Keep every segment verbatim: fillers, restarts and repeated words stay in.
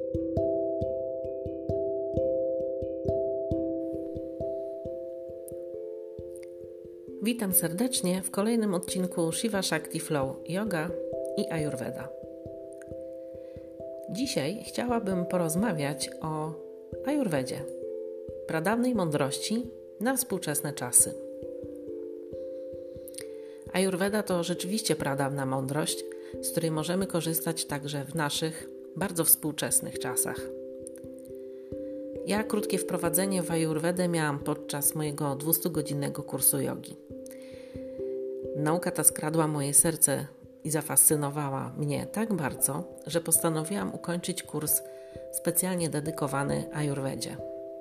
Witam serdecznie w kolejnym odcinku Shiva Shakti Flow Yoga i Ayurveda. Dzisiaj chciałabym porozmawiać o Ayurvedzie, pradawnej mądrości na współczesne czasy. Ayurveda to rzeczywiście pradawna mądrość, z której możemy korzystać także w naszych, bardzo współczesnych czasach. Ja krótkie wprowadzenie w Ayurvedę miałam podczas mojego dwustugodzinnego kursu jogi. Nauka ta skradła moje serce i zafascynowała mnie tak bardzo, że postanowiłam ukończyć kurs specjalnie dedykowany Ayurvedzie.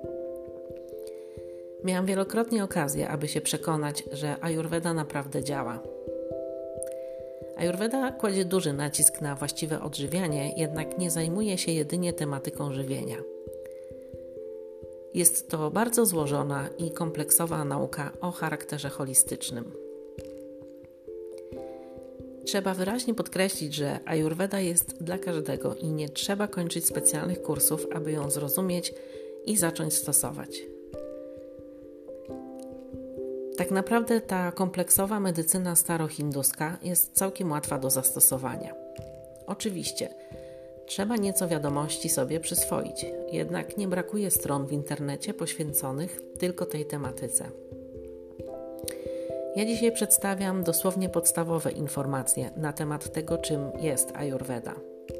Miałam wielokrotnie okazję, aby się przekonać, że Ayurveda naprawdę działa. Ayurveda kładzie duży nacisk na właściwe odżywianie, jednak nie zajmuje się jedynie tematyką żywienia. Jest to bardzo złożona i kompleksowa nauka o charakterze holistycznym. Trzeba wyraźnie podkreślić, że Ayurveda jest dla każdego i nie trzeba kończyć specjalnych kursów, aby ją zrozumieć i zacząć stosować. Tak naprawdę ta kompleksowa medycyna starohinduska jest całkiem łatwa do zastosowania. Oczywiście, trzeba nieco wiadomości sobie przyswoić, jednak nie brakuje stron w internecie poświęconych tylko tej tematyce. Ja dzisiaj przedstawiam dosłownie podstawowe informacje na temat tego, czym jest Ayurveda.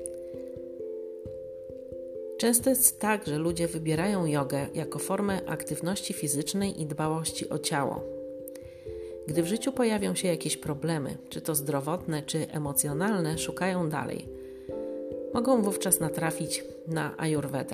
Często jest tak, że ludzie wybierają jogę jako formę aktywności fizycznej i dbałości o ciało. Gdy w życiu pojawią się jakieś problemy, czy to zdrowotne, czy emocjonalne, szukają dalej. Mogą wówczas natrafić na Ayurvedę.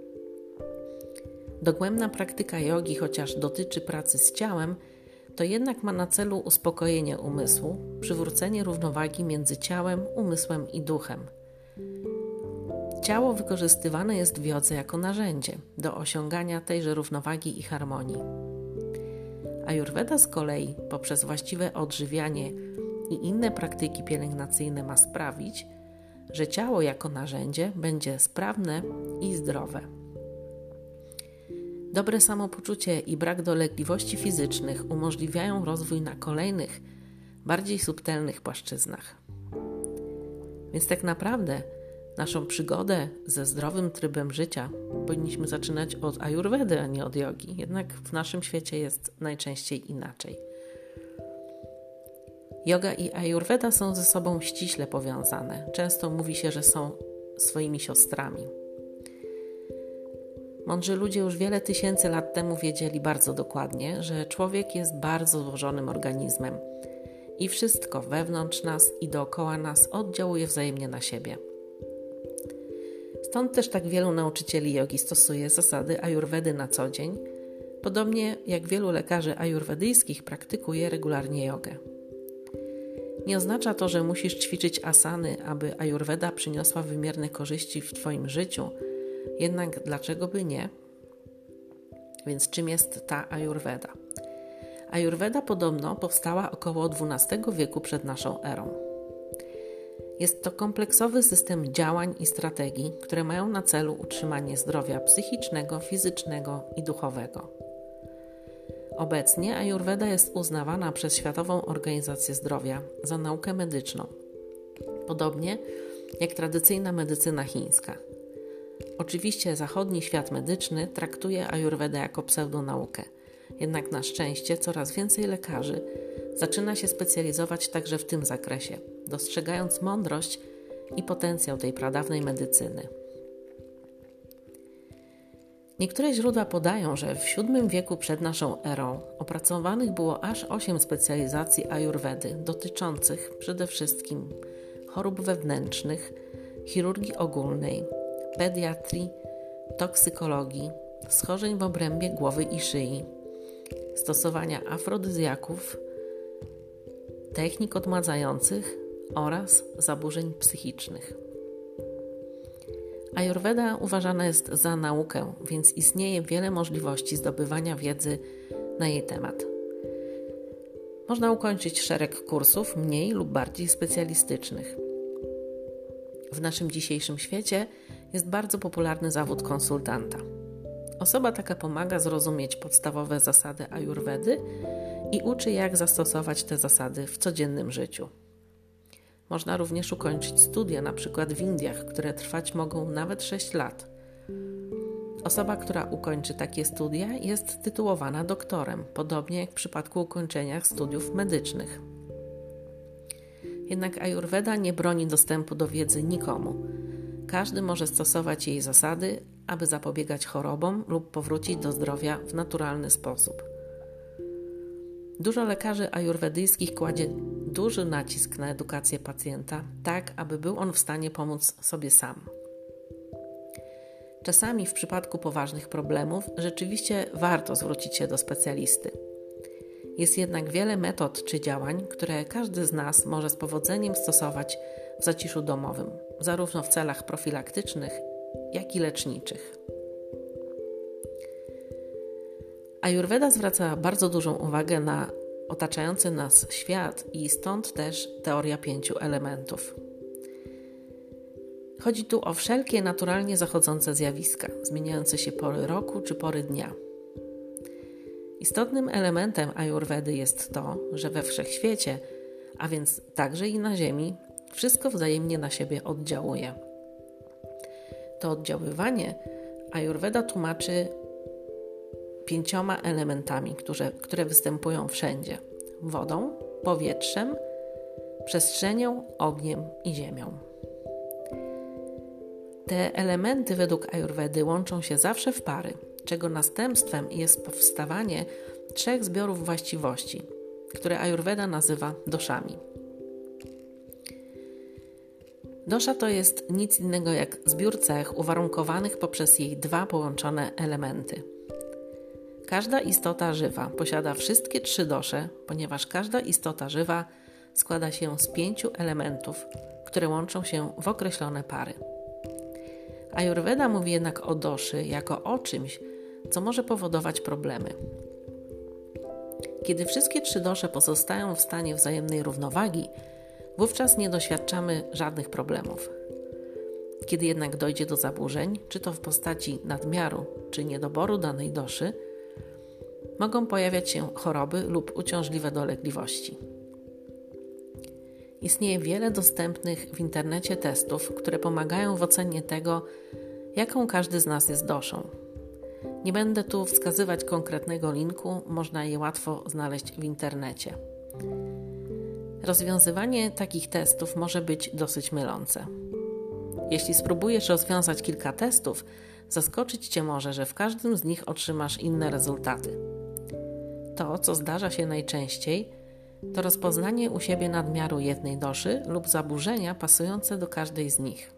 Dogłębna praktyka jogi, chociaż dotyczy pracy z ciałem, to jednak ma na celu uspokojenie umysłu, przywrócenie równowagi między ciałem, umysłem i duchem. Ciało wykorzystywane jest w jodze jako narzędzie do osiągania tejże równowagi i harmonii. Ayurveda z kolei poprzez właściwe odżywianie i inne praktyki pielęgnacyjne ma sprawić, że ciało jako narzędzie będzie sprawne i zdrowe. Dobre samopoczucie i brak dolegliwości fizycznych umożliwiają rozwój na kolejnych, bardziej subtelnych płaszczyznach. Więc tak naprawdę naszą przygodę ze zdrowym trybem życia powinniśmy zaczynać od Ayurvedy, a nie od jogi. Jednak w naszym świecie jest najczęściej inaczej. Joga i Ayurveda są ze sobą ściśle powiązane. Często mówi się, że są swoimi siostrami. Mądrzy ludzie już wiele tysięcy lat temu wiedzieli bardzo dokładnie, że człowiek jest bardzo złożonym organizmem i wszystko wewnątrz nas i dookoła nas oddziałuje wzajemnie na siebie. Stąd też tak wielu nauczycieli jogi stosuje zasady Ayurvedy na co dzień, podobnie jak wielu lekarzy ajurwedyjskich praktykuje regularnie jogę. Nie oznacza to, że musisz ćwiczyć asany, aby Ayurveda przyniosła wymierne korzyści w Twoim życiu, jednak dlaczego by nie? Więc czym jest ta Ayurveda? Ayurveda podobno powstała około dwunastego wieku przed naszą erą. Jest to kompleksowy system działań i strategii, które mają na celu utrzymanie zdrowia psychicznego, fizycznego i duchowego. Obecnie Ayurveda jest uznawana przez Światową Organizację Zdrowia za naukę medyczną, podobnie jak tradycyjna medycyna chińska. Oczywiście zachodni świat medyczny traktuje Ayurvedę jako pseudonaukę, jednak na szczęście coraz więcej lekarzy zaczyna się specjalizować także w tym zakresie, dostrzegając mądrość i potencjał tej pradawnej medycyny. Niektóre źródła podają, że w siódmym wieku przed naszą erą opracowanych było aż osiem specjalizacji Ayurvedy dotyczących przede wszystkim chorób wewnętrznych, chirurgii ogólnej, pediatrii, toksykologii, schorzeń w obrębie głowy i szyi, stosowania afrodyzjaków, technik odmładzających oraz zaburzeń psychicznych. Ayurveda uważana jest za naukę, więc istnieje wiele możliwości zdobywania wiedzy na jej temat. Można ukończyć szereg kursów mniej lub bardziej specjalistycznych. W naszym dzisiejszym świecie jest bardzo popularny zawód konsultanta. Osoba taka pomaga zrozumieć podstawowe zasady ajurwedy i uczy, jak zastosować te zasady w codziennym życiu. Można również ukończyć studia, na przykład w Indiach, które trwać mogą nawet sześć lat. Osoba, która ukończy takie studia, jest tytułowana doktorem, podobnie jak w przypadku ukończenia studiów medycznych. Jednak ajurweda nie broni dostępu do wiedzy nikomu. Każdy może stosować jej zasady, aby zapobiegać chorobom lub powrócić do zdrowia w naturalny sposób. Dużo lekarzy ajurwedyjskich kładzie duży nacisk na edukację pacjenta, tak aby był on w stanie pomóc sobie sam. Czasami w przypadku poważnych problemów rzeczywiście warto zwrócić się do specjalisty. Jest jednak wiele metod czy działań, które każdy z nas może z powodzeniem stosować w zaciszu domowym, zarówno w celach profilaktycznych, jak i leczniczych. Ajurweda zwraca bardzo dużą uwagę na otaczający nas świat i stąd też teoria pięciu elementów. Chodzi tu o wszelkie naturalnie zachodzące zjawiska, zmieniające się pory roku czy pory dnia. Istotnym elementem ajurwedy jest to, że we wszechświecie, a więc także i na Ziemi, wszystko wzajemnie na siebie oddziałuje. To oddziaływanie ajurweda tłumaczy pięcioma elementami, które, które występują wszędzie: wodą, powietrzem, przestrzenią, ogniem i ziemią. Te elementy według ajurwedy łączą się zawsze w pary, czego następstwem jest powstawanie trzech zbiorów właściwości, które ajurweda nazywa doszami. Dosza to jest nic innego jak zbiór cech uwarunkowanych poprzez jej dwa połączone elementy. Każda istota żywa posiada wszystkie trzy dosze, ponieważ każda istota żywa składa się z pięciu elementów, które łączą się w określone pary. Ajurweda mówi jednak o doszy jako o czymś, co może powodować problemy. Kiedy wszystkie trzy dosze pozostają w stanie wzajemnej równowagi, wówczas nie doświadczamy żadnych problemów. Kiedy jednak dojdzie do zaburzeń, czy to w postaci nadmiaru, czy niedoboru danej doszy, mogą pojawiać się choroby lub uciążliwe dolegliwości. Istnieje wiele dostępnych w internecie testów, które pomagają w ocenie tego, jaką każdy z nas jest doszą. Nie będę tu wskazywać konkretnego linku, można je łatwo znaleźć w internecie. Rozwiązywanie takich testów może być dosyć mylące. Jeśli spróbujesz rozwiązać kilka testów, zaskoczyć Cię może, że w każdym z nich otrzymasz inne rezultaty. To, co zdarza się najczęściej, to rozpoznanie u siebie nadmiaru jednej doszy lub zaburzenia pasujące do każdej z nich.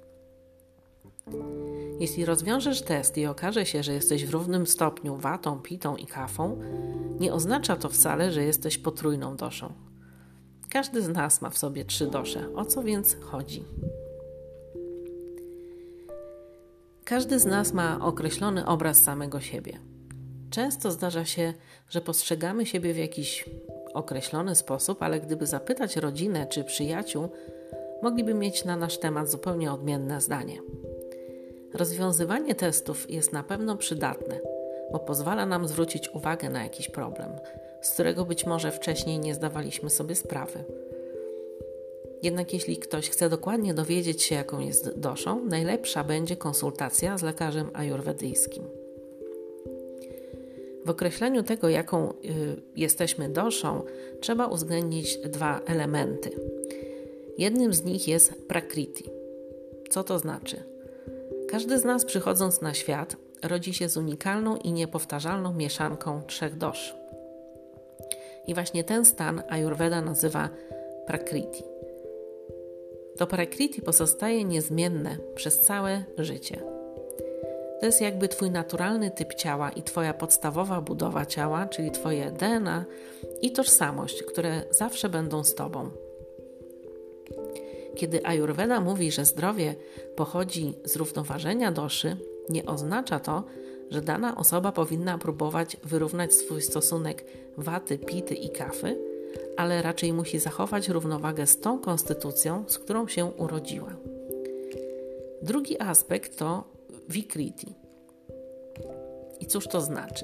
Jeśli rozwiążesz test i okaże się, że jesteś w równym stopniu watą, pitą i kafą, nie oznacza to wcale, że jesteś potrójną doszą. Każdy z nas ma w sobie trzy dosze. O co więc chodzi? Każdy z nas ma określony obraz samego siebie. Często zdarza się, że postrzegamy siebie w jakiś określony sposób, ale gdyby zapytać rodzinę czy przyjaciół, mogliby mieć na nasz temat zupełnie odmienne zdanie. Rozwiązywanie testów jest na pewno przydatne, bo pozwala nam zwrócić uwagę na jakiś problem, z którego być może wcześniej nie zdawaliśmy sobie sprawy. Jednak jeśli ktoś chce dokładnie dowiedzieć się, jaką jest doszą, najlepsza będzie konsultacja z lekarzem ajurwedyjskim. W określeniu tego, jaką y, jesteśmy doszą, trzeba uwzględnić dwa elementy. Jednym z nich jest prakriti. Co to znaczy? Każdy z nas, przychodząc na świat, rodzi się z unikalną i niepowtarzalną mieszanką trzech dosz. I właśnie ten stan ajurweda nazywa prakriti. To prakriti pozostaje niezmienne przez całe życie. To jest jakby Twój naturalny typ ciała i Twoja podstawowa budowa ciała, czyli Twoje D N A i tożsamość, które zawsze będą z Tobą. Kiedy ajurweda mówi, że zdrowie pochodzi z równoważenia doszy, nie oznacza to, że dana osoba powinna próbować wyrównać swój stosunek waty, pity i kafy, ale raczej musi zachować równowagę z tą konstytucją, z którą się urodziła. Drugi aspekt to Vikriti. I cóż to znaczy?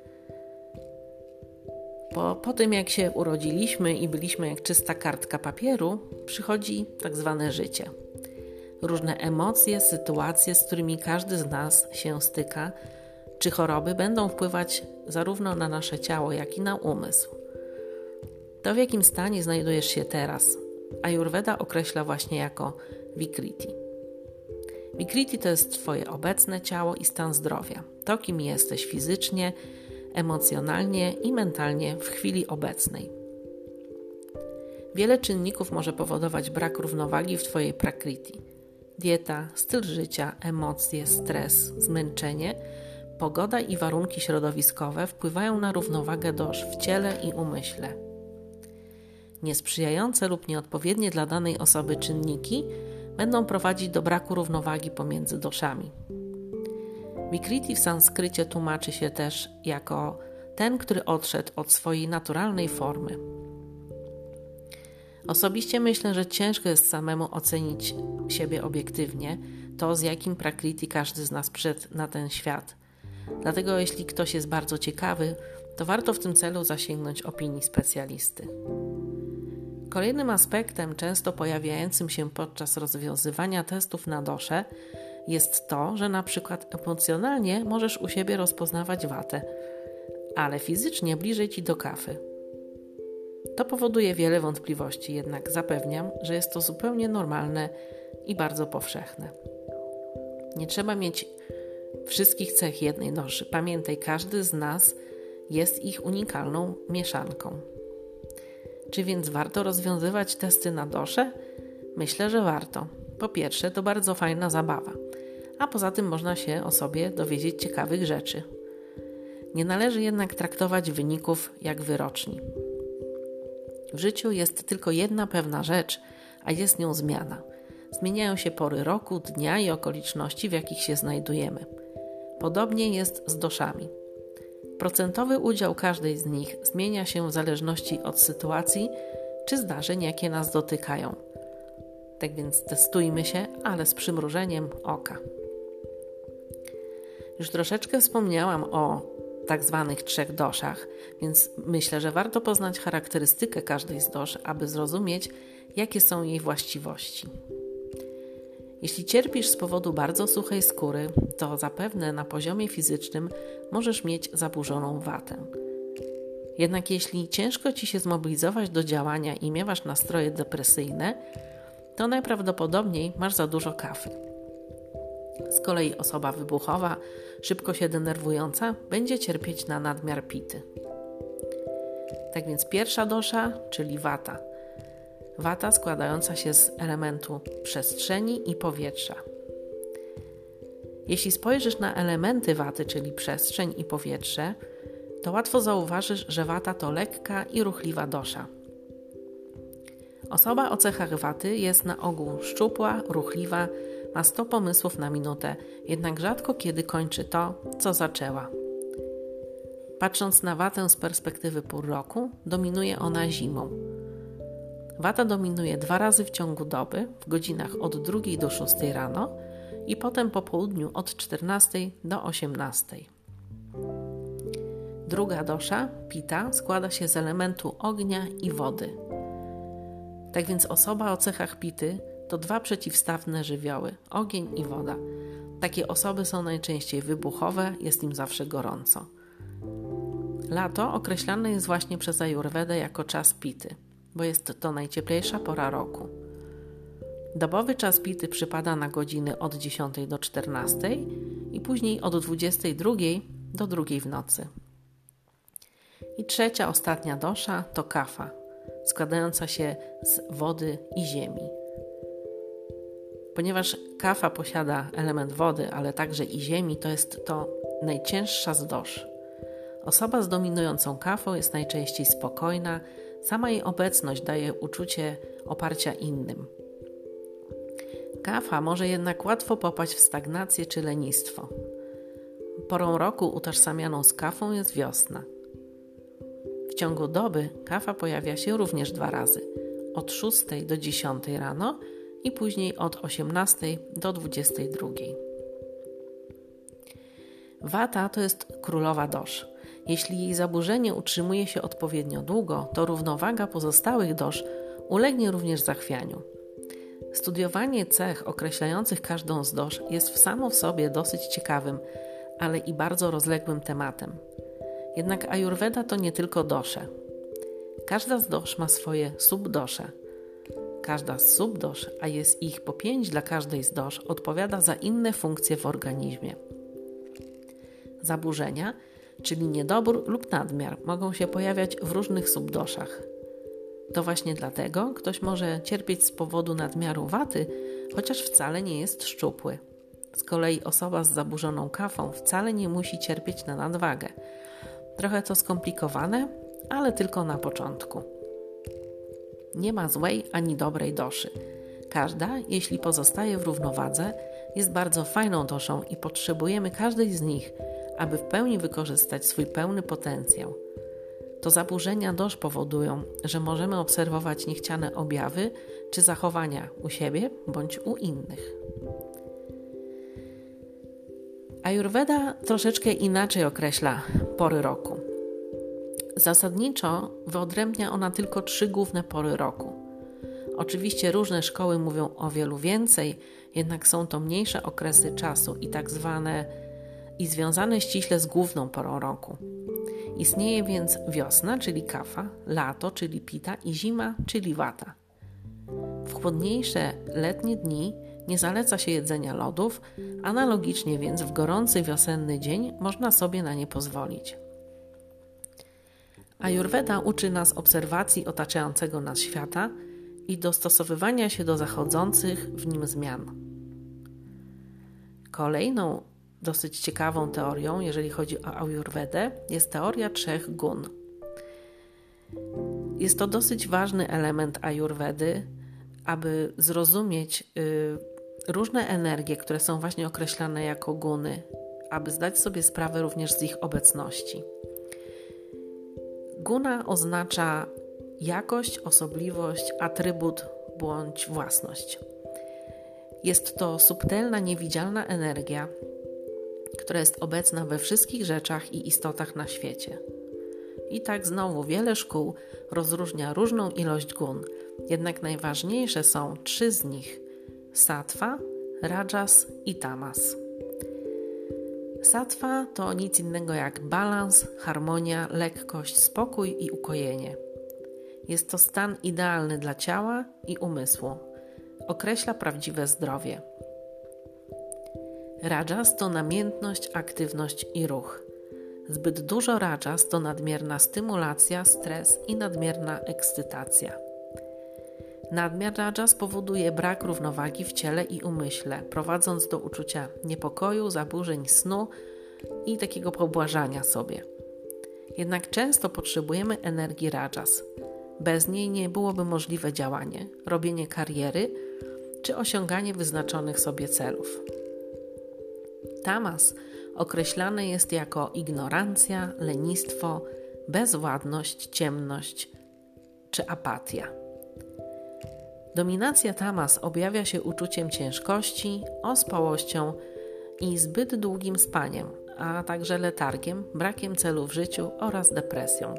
Po, po tym, jak się urodziliśmy i byliśmy jak czysta kartka papieru, przychodzi tak zwane życie. Różne emocje, sytuacje, z którymi każdy z nas się styka, czy choroby będą wpływać zarówno na nasze ciało, jak i na umysł. To, w jakim stanie znajdujesz się teraz, Ayurveda określa właśnie jako Vikriti. Vikriti to jest Twoje obecne ciało i stan zdrowia. To, kim jesteś fizycznie, emocjonalnie i mentalnie w chwili obecnej. Wiele czynników może powodować brak równowagi w Twojej prakriti. Dieta, styl życia, emocje, stres, zmęczenie, pogoda i warunki środowiskowe wpływają na równowagę dosz w ciele i umyśle. Niesprzyjające lub nieodpowiednie dla danej osoby czynniki będą prowadzić do braku równowagi pomiędzy doszami. Vikriti w sanskrycie tłumaczy się też jako ten, który odszedł od swojej naturalnej formy. Osobiście myślę, że ciężko jest samemu ocenić siebie obiektywnie, to z jakim prakriti każdy z nas przyszedł na ten świat. Dlatego jeśli ktoś jest bardzo ciekawy, to warto w tym celu zasięgnąć opinii specjalisty. Kolejnym aspektem, często pojawiającym się podczas rozwiązywania testów na doszę, jest to, że na przykład emocjonalnie możesz u siebie rozpoznawać watę, ale fizycznie bliżej Ci do kafy. To powoduje wiele wątpliwości, jednak zapewniam, że jest to zupełnie normalne i bardzo powszechne. Nie trzeba mieć wszystkich cech jednej doszy. Pamiętaj, każdy z nas jest ich unikalną mieszanką. Czy więc warto rozwiązywać testy na doszę? Myślę, że warto. Po pierwsze, to bardzo fajna zabawa, a poza tym można się o sobie dowiedzieć ciekawych rzeczy. Nie należy jednak traktować wyników jak wyroczni. W życiu jest tylko jedna pewna rzecz, a jest nią zmiana. Zmieniają się pory roku, dnia i okoliczności, w jakich się znajdujemy. Podobnie jest z doszami. Procentowy udział każdej z nich zmienia się w zależności od sytuacji czy zdarzeń, jakie nas dotykają. Tak więc testujmy się, ale z przymrużeniem oka. Już troszeczkę wspomniałam o tak zwanych trzech doszach, więc myślę, że warto poznać charakterystykę każdej z dosz, aby zrozumieć, jakie są jej właściwości. Jeśli cierpisz z powodu bardzo suchej skóry, to zapewne na poziomie fizycznym możesz mieć zaburzoną watę. Jednak jeśli ciężko Ci się zmobilizować do działania i miewasz nastroje depresyjne, to najprawdopodobniej masz za dużo kawy. Z kolei osoba wybuchowa, szybko się denerwująca, będzie cierpieć na nadmiar pity. Tak więc pierwsza dosza, czyli wata. Wata składająca się z elementu przestrzeni i powietrza. Jeśli spojrzysz na elementy waty, czyli przestrzeń i powietrze, to łatwo zauważysz, że wata to lekka i ruchliwa dosza. Osoba o cechach waty jest na ogół szczupła, ruchliwa, ma sto pomysłów na minutę, jednak rzadko kiedy kończy to, co zaczęła. Patrząc na watę z perspektywy pół roku, dominuje ona zimą. Wata dominuje dwa razy w ciągu doby, w godzinach od drugiej do szóstej rano i potem po południu od czternastej do osiemnastej. Druga dosza, pita, składa się z elementu ognia i wody. Tak więc osoba o cechach pity to dwa przeciwstawne żywioły, ogień i woda. Takie osoby są najczęściej wybuchowe, jest im zawsze gorąco. Lato określane jest właśnie przez Ayurvedę jako czas pity, bo jest to najcieplejsza pora roku. Dobowy czas pity przypada na godziny od dziesiątej do czternastej i później od dwudziestej drugiej do drugiej w nocy. I trzecia, ostatnia dosza to kafa, składająca się z wody i ziemi. Ponieważ kafa posiada element wody, ale także i ziemi, to jest to najcięższa z dosz. Osoba z dominującą kafą jest najczęściej spokojna, sama jej obecność daje uczucie oparcia innym. Kafa może jednak łatwo popaść w stagnację czy lenistwo. Porą roku utożsamianą z kafą jest wiosna. W ciągu doby kafa pojawia się również dwa razy, od szóstej do dziesiątej rano i później od osiemnastej do dwudziestej drugiej. Vata to jest królowa dosz. Jeśli jej zaburzenie utrzymuje się odpowiednio długo, to równowaga pozostałych dosz ulegnie również zachwianiu. Studiowanie cech określających każdą z dosz jest w samo w sobie dosyć ciekawym, ale i bardzo rozległym tematem. Jednak Ajurweda to nie tylko dosze. Każda z dosz ma swoje subdosze. Każda z subdosz, a jest ich po pięć dla każdej z dosz, odpowiada za inne funkcje w organizmie. Zaburzenia, czyli niedobór lub nadmiar, mogą się pojawiać w różnych subdoszach. To właśnie dlatego ktoś może cierpieć z powodu nadmiaru waty, chociaż wcale nie jest szczupły. Z kolei osoba z zaburzoną kafą wcale nie musi cierpieć na nadwagę. Trochę to skomplikowane, ale tylko na początku. Nie ma złej ani dobrej doszy. Każda, jeśli pozostaje w równowadze, jest bardzo fajną doszą i potrzebujemy każdej z nich, aby w pełni wykorzystać swój pełny potencjał. To zaburzenia dosz powodują, że możemy obserwować niechciane objawy czy zachowania u siebie bądź u innych. Ajurweda troszeczkę inaczej określa pory roku. Zasadniczo wyodrębnia ona tylko trzy główne pory roku. Oczywiście różne szkoły mówią o wielu więcej, jednak są to mniejsze okresy czasu i tak zwane i związane ściśle z główną porą roku. Istnieje więc wiosna, czyli kafa, lato, czyli pita i zima, czyli wata. W chłodniejsze letnie dni nie zaleca się jedzenia lodów, analogicznie więc w gorący wiosenny dzień można sobie na nie pozwolić. Ajurweda uczy nas obserwacji otaczającego nas świata i dostosowywania się do zachodzących w nim zmian. Kolejną dosyć ciekawą teorią, jeżeli chodzi o Ajurwedę, jest teoria trzech gun. Jest to dosyć ważny element Ajurwedy, aby zrozumieć y, różne energie, które są właśnie określane jako guny, aby zdać sobie sprawę również z ich obecności. Guna oznacza jakość, osobliwość, atrybut bądź własność. Jest to subtelna, niewidzialna energia, która jest obecna we wszystkich rzeczach i istotach na świecie. I tak znowu wiele szkół rozróżnia różną ilość gun, jednak najważniejsze są trzy z nich: sattva, rajas i tamas. Sattva to nic innego jak balans, harmonia, lekkość, spokój i ukojenie. Jest to stan idealny dla ciała i umysłu. Określa prawdziwe zdrowie. Rajas to namiętność, aktywność i ruch. Zbyt dużo rajas to nadmierna stymulacja, stres i nadmierna ekscytacja. Nadmiar rajas powoduje brak równowagi w ciele i umyśle, prowadząc do uczucia niepokoju, zaburzeń snu i takiego pobłażania sobie. Jednak często potrzebujemy energii rajas. Bez niej nie byłoby możliwe działanie, robienie kariery czy osiąganie wyznaczonych sobie celów. Tamas określane jest jako ignorancja, lenistwo, bezwładność, ciemność czy apatia. Dominacja tamas objawia się uczuciem ciężkości, ospałością i zbyt długim spaniem, a także letargiem, brakiem celu w życiu oraz depresją.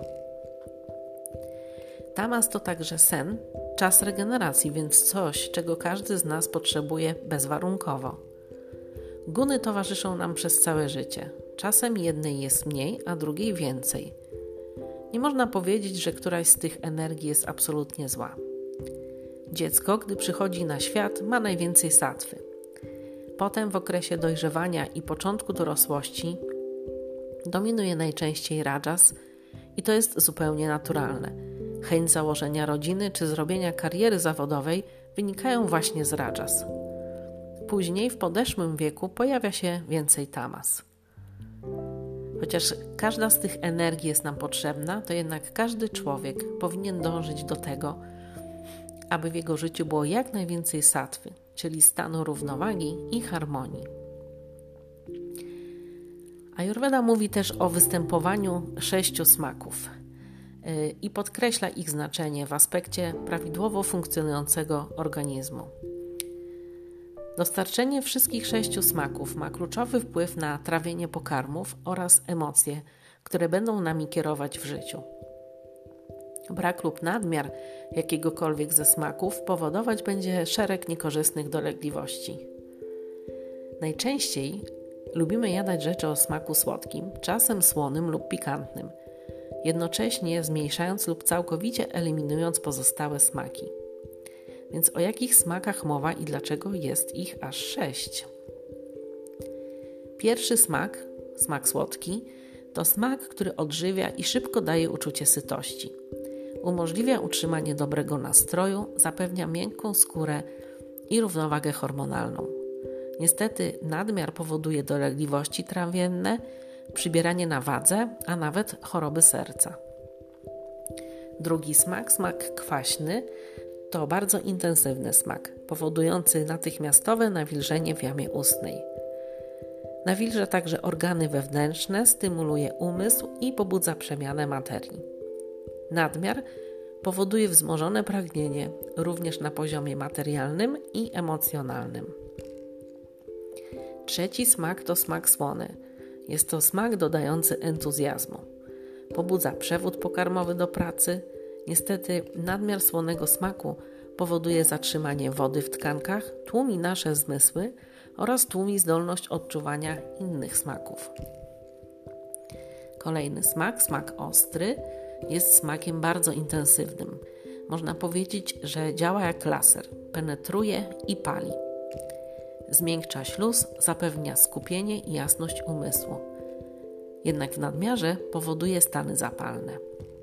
Tamas to także sen, czas regeneracji, więc coś, czego każdy z nas potrzebuje bezwarunkowo. Guny towarzyszą nam przez całe życie. Czasem jednej jest mniej, a drugiej więcej. Nie można powiedzieć, że któraś z tych energii jest absolutnie zła. Dziecko, gdy przychodzi na świat, ma najwięcej sattwy. Potem w okresie dojrzewania i początku dorosłości dominuje najczęściej rajas i to jest zupełnie naturalne. Chęć założenia rodziny czy zrobienia kariery zawodowej wynikają właśnie z rajas. Później w podeszłym wieku pojawia się więcej tamas. Chociaż każda z tych energii jest nam potrzebna, to jednak każdy człowiek powinien dążyć do tego, aby w jego życiu było jak najwięcej sattwy, czyli stanu równowagi i harmonii. Ajurweda mówi też o występowaniu sześciu smaków yy, i podkreśla ich znaczenie w aspekcie prawidłowo funkcjonującego organizmu. Dostarczenie wszystkich sześciu smaków ma kluczowy wpływ na trawienie pokarmów oraz emocje, które będą nami kierować w życiu. Brak lub nadmiar jakiegokolwiek ze smaków powodować będzie szereg niekorzystnych dolegliwości. Najczęściej lubimy jadać rzeczy o smaku słodkim, czasem słonym lub pikantnym, jednocześnie zmniejszając lub całkowicie eliminując pozostałe smaki. Więc o jakich smakach mowa i dlaczego jest ich aż sześć? Pierwszy smak, smak słodki, to smak, który odżywia i szybko daje uczucie sytości. Umożliwia utrzymanie dobrego nastroju, zapewnia miękką skórę i równowagę hormonalną. Niestety nadmiar powoduje dolegliwości trawienne, przybieranie na wadze, a nawet choroby serca. Drugi smak, smak kwaśny, to bardzo intensywny smak, powodujący natychmiastowe nawilżenie w jamie ustnej. Nawilża także organy wewnętrzne, stymuluje umysł i pobudza przemianę materii. Nadmiar powoduje wzmożone pragnienie, również na poziomie materialnym i emocjonalnym. Trzeci smak to smak słony. Jest to smak dodający entuzjazmu. Pobudza przewód pokarmowy do pracy. Niestety nadmiar słonego smaku powoduje zatrzymanie wody w tkankach, tłumi nasze zmysły oraz tłumi zdolność odczuwania innych smaków. Kolejny smak, smak ostry, jest smakiem bardzo intensywnym. Można powiedzieć, że działa jak laser, penetruje i pali. Zmiękcza śluz, zapewnia skupienie i jasność umysłu. Jednak w nadmiarze powoduje stany zapalne.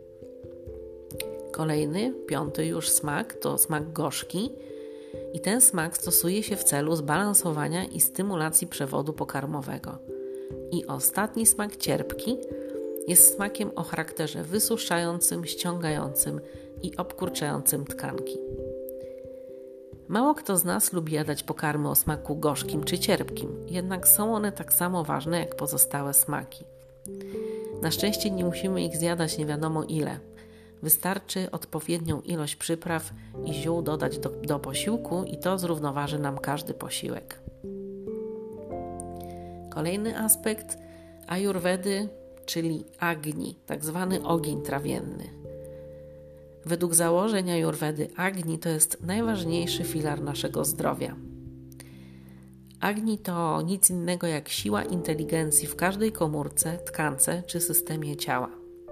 Kolejny, piąty już smak to smak gorzki i ten smak stosuje się w celu zbalansowania i stymulacji przewodu pokarmowego. I ostatni smak cierpki jest smakiem o charakterze wysuszającym, ściągającym i obkurczającym tkanki. Mało kto z nas lubi jadać pokarmy o smaku gorzkim czy cierpkim, jednak są one tak samo ważne jak pozostałe smaki. Na szczęście nie musimy ich zjadać nie wiadomo ile. Wystarczy odpowiednią ilość przypraw i ziół dodać do, do posiłku i to zrównoważy nam każdy posiłek. Kolejny aspekt ajurwedy, czyli agni, tak zwany ogień trawienny. Według założeń ajurwedy agni to jest najważniejszy filar naszego zdrowia. Agni to nic innego jak siła inteligencji w każdej komórce, tkance czy systemie ciała.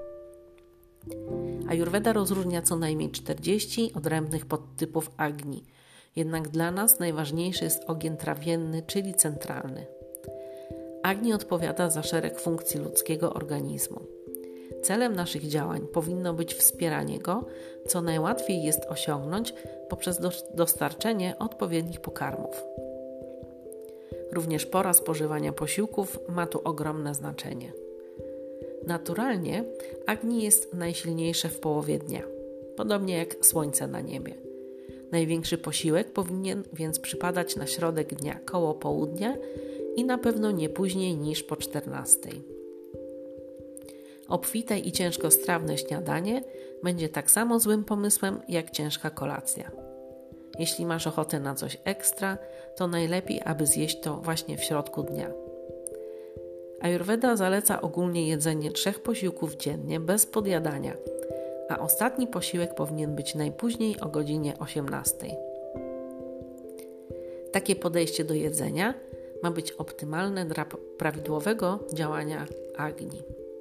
Ajurweda rozróżnia co najmniej czterdzieści odrębnych podtypów agni, jednak dla nas najważniejszy jest ogień trawienny, czyli centralny. Agni odpowiada za szereg funkcji ludzkiego organizmu. Celem naszych działań powinno być wspieranie go, co najłatwiej jest osiągnąć poprzez dostarczenie odpowiednich pokarmów. Również pora spożywania posiłków ma tu ogromne znaczenie. Naturalnie agni jest najsilniejsze w połowie dnia, podobnie jak słońce na niebie. Największy posiłek powinien więc przypadać na środek dnia koło południa i na pewno nie później niż po czternastej. Obfite i ciężkostrawne śniadanie będzie tak samo złym pomysłem jak ciężka kolacja. Jeśli masz ochotę na coś ekstra, to najlepiej, aby zjeść to właśnie w środku dnia. Ajurweda zaleca ogólnie jedzenie trzech posiłków dziennie bez podjadania, a ostatni posiłek powinien być najpóźniej o godzinie osiemnastej. Takie podejście do jedzenia ma być optymalne dla prawidłowego działania agni.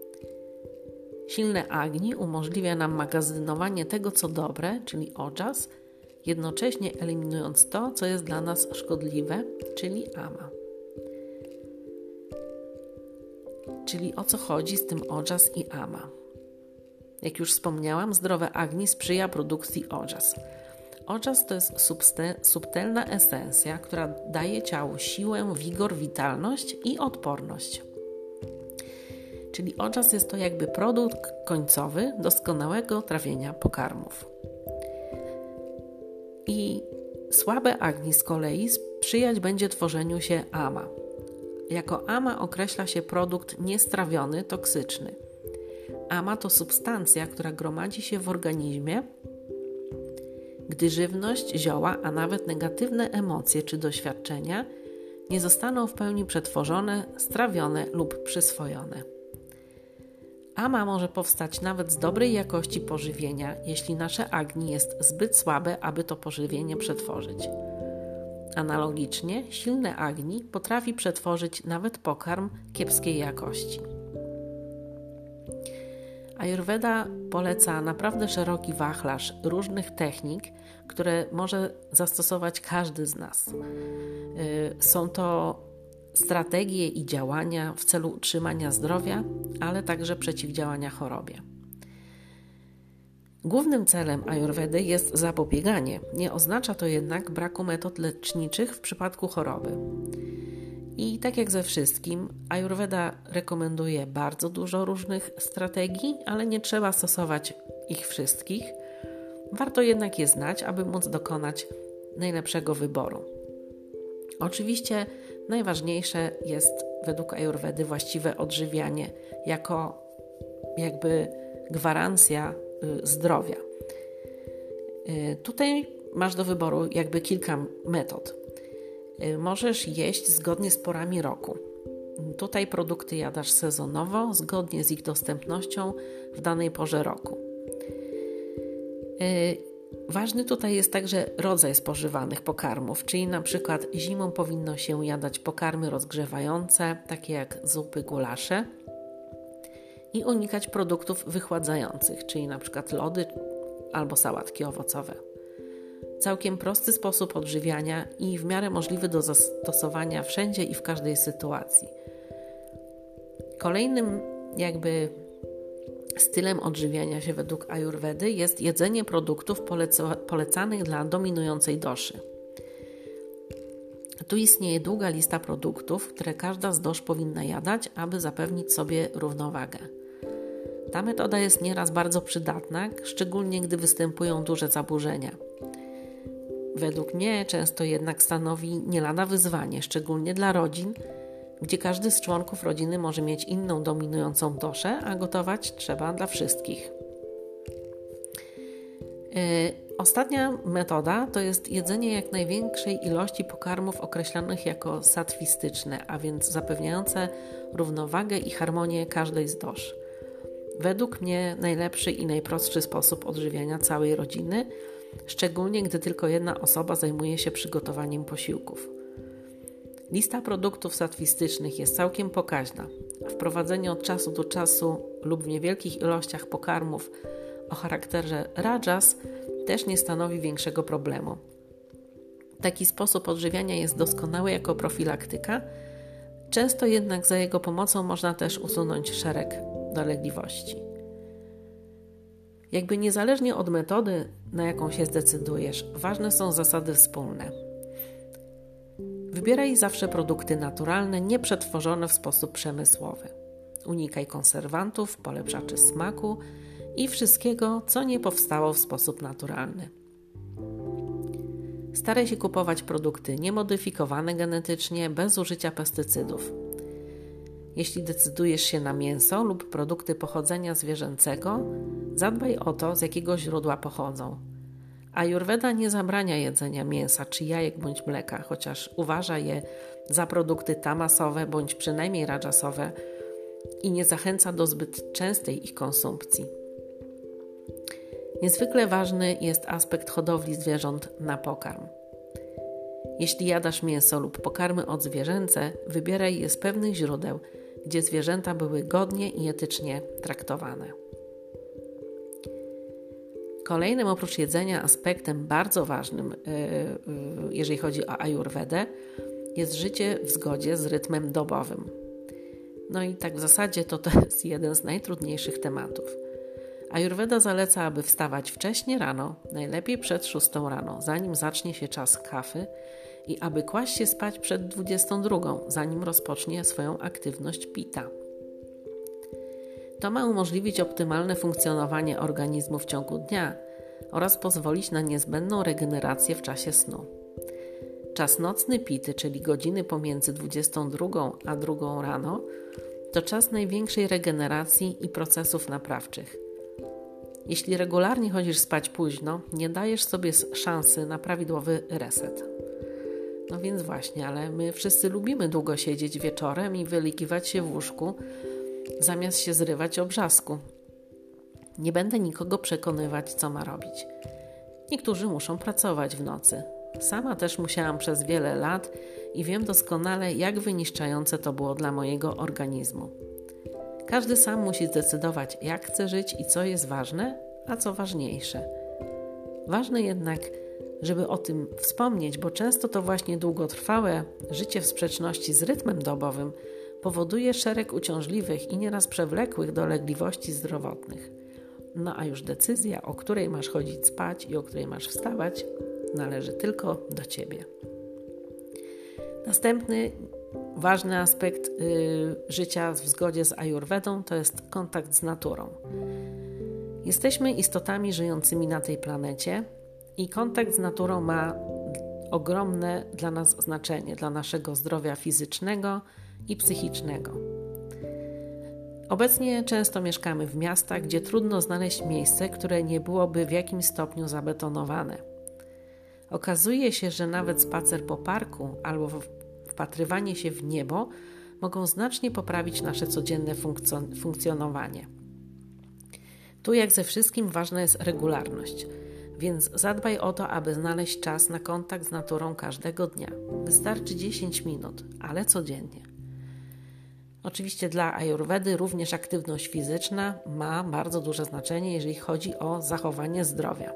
Silne agni umożliwia nam magazynowanie tego, co dobre, czyli ojas, jednocześnie eliminując to, co jest dla nas szkodliwe, czyli ama. Czyli o co chodzi z tym ojas i ama? Jak już wspomniałam, zdrowe agni sprzyja produkcji ojas. Ojas to jest subste- subtelna esencja, która daje ciału siłę, wigor, witalność i odporność. Czyli ojas jest to jakby produkt końcowy doskonałego trawienia pokarmów. I słabe agni z kolei sprzyjać będzie tworzeniu się ama. Jako ama określa się produkt niestrawiony, toksyczny. Ama to substancja, która gromadzi się w organizmie, gdy żywność, zioła, a nawet negatywne emocje czy doświadczenia nie zostaną w pełni przetworzone, strawione lub przyswojone. Ama może powstać nawet z dobrej jakości pożywienia, jeśli nasze agni jest zbyt słabe, aby to pożywienie przetworzyć. Analogicznie, silne agni potrafi przetworzyć nawet pokarm kiepskiej jakości. Ajurweda poleca naprawdę szeroki wachlarz różnych technik, które może zastosować każdy z nas. Są to strategie i działania w celu utrzymania zdrowia, ale także przeciwdziałania chorobie. Głównym celem ajurwedy jest zapobieganie. Nie oznacza to jednak braku metod leczniczych w przypadku choroby. I tak jak ze wszystkim, ajurweda rekomenduje bardzo dużo różnych strategii, ale nie trzeba stosować ich wszystkich. Warto jednak je znać, aby móc dokonać najlepszego wyboru. Oczywiście najważniejsze jest według ajurwedy właściwe odżywianie jako jakby gwarancja y, zdrowia. Y, tutaj masz do wyboru jakby kilka metod. Y, możesz jeść zgodnie z porami roku. Tutaj produkty jadasz sezonowo, zgodnie z ich dostępnością w danej porze roku. Y, Ważny tutaj jest także rodzaj spożywanych pokarmów, czyli na przykład zimą powinno się jadać pokarmy rozgrzewające, takie jak zupy, gulasze, i unikać produktów wychładzających, czyli na przykład lody albo sałatki owocowe. Całkiem prosty sposób odżywiania i w miarę możliwy do zastosowania wszędzie i w każdej sytuacji. Kolejnym jakby stylem odżywiania się według ajurwedy jest jedzenie produktów poleca- polecanych dla dominującej doszy. Tu istnieje długa lista produktów, które każda z dosz powinna jadać, aby zapewnić sobie równowagę. Ta metoda jest nieraz bardzo przydatna, szczególnie gdy występują duże zaburzenia. Według mnie często jednak stanowi nie lada wyzwanie, szczególnie dla rodzin, gdzie każdy z członków rodziny może mieć inną dominującą doszę, a gotować trzeba dla wszystkich. Yy, ostatnia metoda to jest jedzenie jak największej ilości pokarmów określanych jako satwistyczne, a więc zapewniające równowagę i harmonię każdej z dosz. Według mnie najlepszy i najprostszy sposób odżywiania całej rodziny, szczególnie gdy tylko jedna osoba zajmuje się przygotowaniem posiłków. Lista produktów satwistycznych jest całkiem pokaźna. Wprowadzenie od czasu do czasu lub w niewielkich ilościach pokarmów o charakterze rajas też nie stanowi większego problemu. Taki sposób odżywiania jest doskonały jako profilaktyka, często jednak za jego pomocą można też usunąć szereg dolegliwości. Jakby niezależnie od metody, na jaką się zdecydujesz, ważne są zasady wspólne. Wybieraj zawsze produkty naturalne, nieprzetworzone w sposób przemysłowy. Unikaj konserwantów, polepszaczy smaku i wszystkiego, co nie powstało w sposób naturalny. Staraj się kupować produkty niemodyfikowane genetycznie, bez użycia pestycydów. Jeśli decydujesz się na mięso lub produkty pochodzenia zwierzęcego, zadbaj o to, z jakiego źródła pochodzą. Ajurweda nie zabrania jedzenia mięsa czy jajek bądź mleka, chociaż uważa je za produkty tamasowe bądź przynajmniej rajasowe i nie zachęca do zbyt częstej ich konsumpcji. Niezwykle ważny jest aspekt hodowli zwierząt na pokarm. Jeśli jadasz mięso lub pokarmy odzwierzęce, wybieraj je z pewnych źródeł, gdzie zwierzęta były godnie i etycznie traktowane. Kolejnym oprócz jedzenia aspektem bardzo ważnym, jeżeli chodzi o ajurwedę, jest życie w zgodzie z rytmem dobowym. No i tak w zasadzie to to jest jeden z najtrudniejszych tematów. Ajurweda zaleca, aby wstawać wcześnie rano, najlepiej przed szóstą rano, zanim zacznie się czas kawy, i aby kłaść się spać przed dwudziestą drugą, zanim rozpocznie swoją aktywność pita. To ma umożliwić optymalne funkcjonowanie organizmu w ciągu dnia oraz pozwolić na niezbędną regenerację w czasie snu. Czas nocny pity, czyli godziny pomiędzy dwudziestą drugą a drugą rano, to czas największej regeneracji i procesów naprawczych. Jeśli regularnie chodzisz spać późno, nie dajesz sobie szansy na prawidłowy reset. No więc właśnie, ale my wszyscy lubimy długo siedzieć wieczorem i wylikiwać się w łóżku, zamiast się zrywać o brzasku. Nie będę nikogo przekonywać, co ma robić. Niektórzy muszą pracować w nocy. Sama też musiałam przez wiele lat i wiem doskonale, jak wyniszczające to było dla mojego organizmu. Każdy sam musi zdecydować, jak chce żyć i co jest ważne, a co ważniejsze. Ważne jednak, żeby o tym wspomnieć, bo często to właśnie długotrwałe życie w sprzeczności z rytmem dobowym powoduje szereg uciążliwych i nieraz przewlekłych dolegliwości zdrowotnych. No a już decyzja, o której masz chodzić spać i o której masz wstawać, należy tylko do Ciebie. Następny ważny aspekt yy, życia w zgodzie z Ajurwedą to jest kontakt z naturą. Jesteśmy istotami żyjącymi na tej planecie i kontakt z naturą ma ogromne dla nas znaczenie, dla naszego zdrowia fizycznego i psychicznego. Obecnie często mieszkamy w miastach, gdzie trudno znaleźć miejsce, które nie byłoby w jakimś stopniu zabetonowane. Okazuje się, że nawet spacer po parku albo wpatrywanie się w niebo mogą znacznie poprawić nasze codzienne funkcjon- funkcjonowanie. Tu jak ze wszystkim ważna jest regularność, więc zadbaj o to, aby znaleźć czas na kontakt z naturą każdego dnia. Wystarczy dziesięć minut, ale codziennie. Oczywiście dla Ajurwedy również aktywność fizyczna ma bardzo duże znaczenie, jeżeli chodzi o zachowanie zdrowia.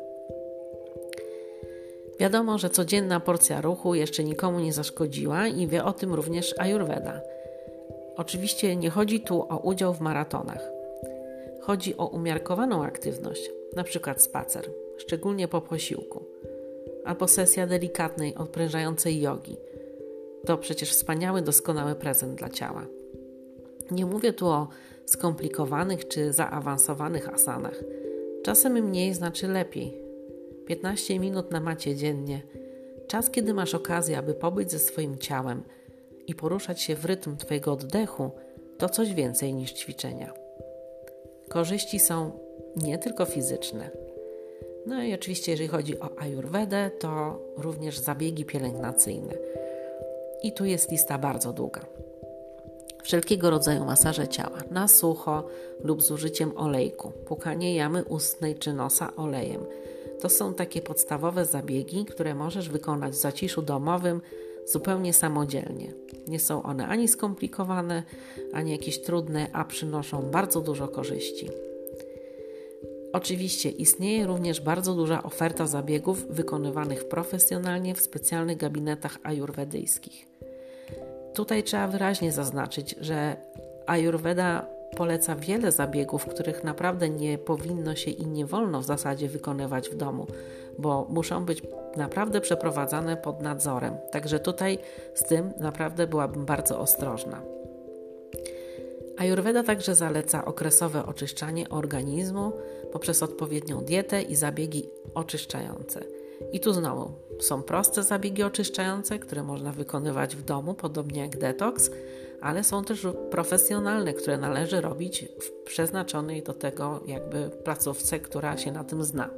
Wiadomo, że codzienna porcja ruchu jeszcze nikomu nie zaszkodziła i wie o tym również Ajurweda. Oczywiście nie chodzi tu o udział w maratonach. Chodzi o umiarkowaną aktywność, np. spacer, szczególnie po posiłku, albo sesja delikatnej, odprężającej jogi. To przecież wspaniały, doskonały prezent dla ciała. Nie mówię tu o skomplikowanych czy zaawansowanych asanach. Czasem mniej znaczy lepiej. piętnaście minut na macie dziennie. Czas, kiedy masz okazję, aby pobyć ze swoim ciałem i poruszać się w rytm Twojego oddechu, to coś więcej niż ćwiczenia. Korzyści są nie tylko fizyczne. No i oczywiście, jeżeli chodzi o Ajurwedę, to również zabiegi pielęgnacyjne. I tu jest lista bardzo długa. Wszelkiego rodzaju masaże ciała na sucho lub z użyciem olejku, płukanie jamy ustnej czy nosa olejem. To są takie podstawowe zabiegi, które możesz wykonać w zaciszu domowym zupełnie samodzielnie. Nie są one ani skomplikowane, ani jakieś trudne, a przynoszą bardzo dużo korzyści. Oczywiście istnieje również bardzo duża oferta zabiegów wykonywanych profesjonalnie w specjalnych gabinetach ajurwedyjskich. Tutaj trzeba wyraźnie zaznaczyć, że Ajurweda poleca wiele zabiegów, których naprawdę nie powinno się i nie wolno w zasadzie wykonywać w domu, bo muszą być naprawdę przeprowadzane pod nadzorem. Także tutaj z tym naprawdę byłabym bardzo ostrożna. Ajurweda także zaleca okresowe oczyszczanie organizmu poprzez odpowiednią dietę i zabiegi oczyszczające. I tu znowu są proste zabiegi oczyszczające, które można wykonywać w domu, podobnie jak detoks, ale są też profesjonalne, które należy robić w przeznaczonej do tego jakby placówce, która się na tym zna.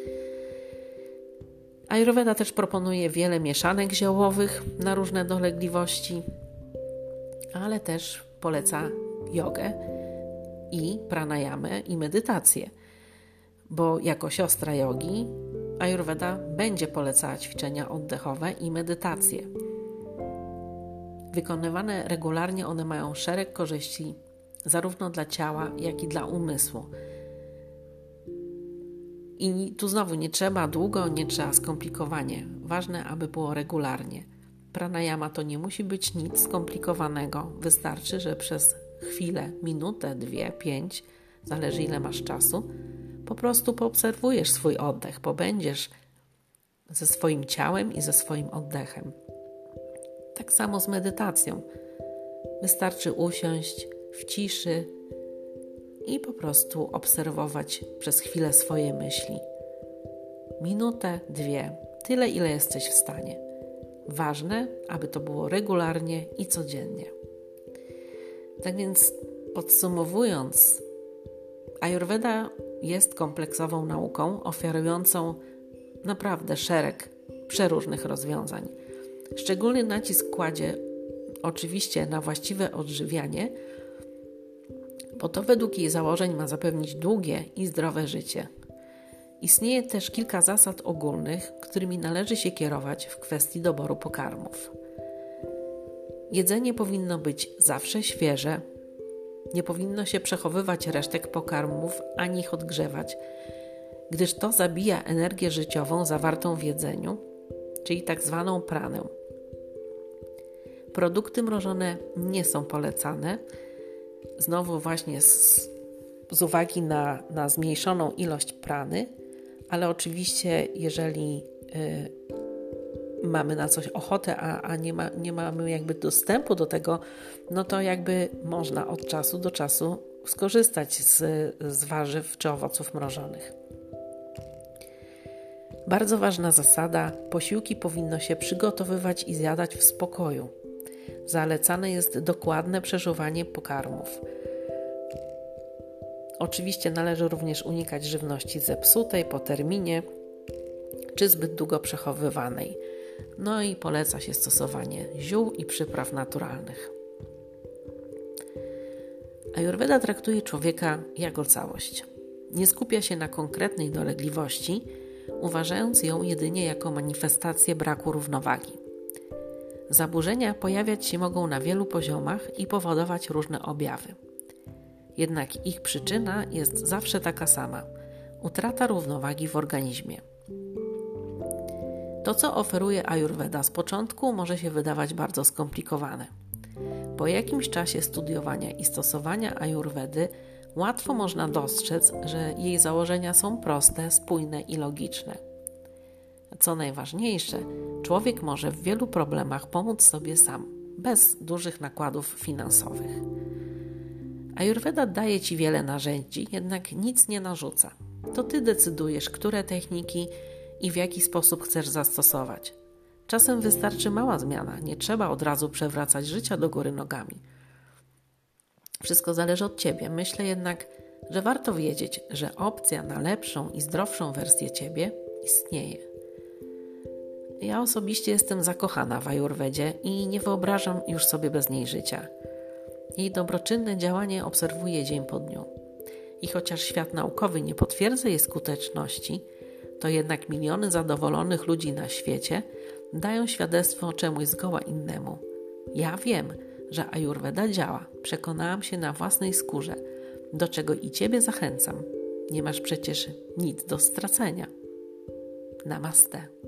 Ajurweda też proponuje wiele mieszanek ziołowych na różne dolegliwości, ale też poleca jogę i pranayamę i medytację, bo jako siostra jogi Ajurweda będzie polecała ćwiczenia oddechowe i medytację. Wykonywane regularnie one mają szereg korzyści zarówno dla ciała, jak i dla umysłu. I tu znowu nie trzeba długo, nie trzeba skomplikowanie. Ważne, aby było regularnie. Pranayama to nie musi być nic skomplikowanego. Wystarczy, że przez chwilę, minutę, dwie, pięć, zależy ile masz czasu, po prostu poobserwujesz swój oddech, pobędziesz ze swoim ciałem i ze swoim oddechem. Tak samo z medytacją. Wystarczy usiąść w ciszy i po prostu obserwować przez chwilę swoje myśli. Minutę, dwie, tyle ile jesteś w stanie. Ważne, aby to było regularnie i codziennie. Tak więc podsumowując, Ajurweda jest kompleksową nauką oferującą naprawdę szereg przeróżnych rozwiązań. Szczególny nacisk kładzie oczywiście na właściwe odżywianie, bo to według jej założeń ma zapewnić długie i zdrowe życie. Istnieje też kilka zasad ogólnych, którymi należy się kierować w kwestii doboru pokarmów. Jedzenie powinno być zawsze świeże, nie powinno się przechowywać resztek pokarmów ani ich odgrzewać, gdyż to zabija energię życiową zawartą w jedzeniu, czyli tak zwaną pranę. Produkty mrożone nie są polecane, znowu właśnie z, z uwagi na, na zmniejszoną ilość prany, ale oczywiście jeżeli y, mamy na coś ochotę, a, a nie, ma, nie mamy jakby dostępu do tego, no to jakby można od czasu do czasu skorzystać z, z warzyw czy owoców mrożonych. Bardzo ważna zasada, posiłki powinno się przygotowywać i zjadać w spokoju. Zalecane jest dokładne przeżuwanie pokarmów. Oczywiście należy również unikać żywności zepsutej po terminie czy zbyt długo przechowywanej. No i poleca się stosowanie ziół i przypraw naturalnych. Ajurweda traktuje człowieka jako całość. Nie skupia się na konkretnej dolegliwości, uważając ją jedynie jako manifestację braku równowagi. Zaburzenia pojawiać się mogą na wielu poziomach i powodować różne objawy. Jednak ich przyczyna jest zawsze taka sama – utrata równowagi w organizmie. To, co oferuje Ajurweda z początku, może się wydawać bardzo skomplikowane. Po jakimś czasie studiowania i stosowania Ajurwedy łatwo można dostrzec, że jej założenia są proste, spójne i logiczne. Co najważniejsze, człowiek może w wielu problemach pomóc sobie sam, bez dużych nakładów finansowych. Ajurweda daje Ci wiele narzędzi, jednak nic nie narzuca. To Ty decydujesz, które techniki i w jaki sposób chcesz zastosować. Czasem wystarczy mała zmiana, nie trzeba od razu przewracać życia do góry nogami. Wszystko zależy od Ciebie. Myślę jednak, że warto wiedzieć, że opcja na lepszą i zdrowszą wersję Ciebie istnieje. Ja osobiście jestem zakochana w Ajurwedzie i nie wyobrażam już sobie bez niej życia. Jej dobroczynne działanie obserwuję dzień po dniu. I chociaż świat naukowy nie potwierdza jej skuteczności, to jednak miliony zadowolonych ludzi na świecie dają świadectwo czemuś zgoła innemu. Ja wiem, że Ajurweda działa. Przekonałam się na własnej skórze, do czego i Ciebie zachęcam. Nie masz przecież nic do stracenia. Namaste.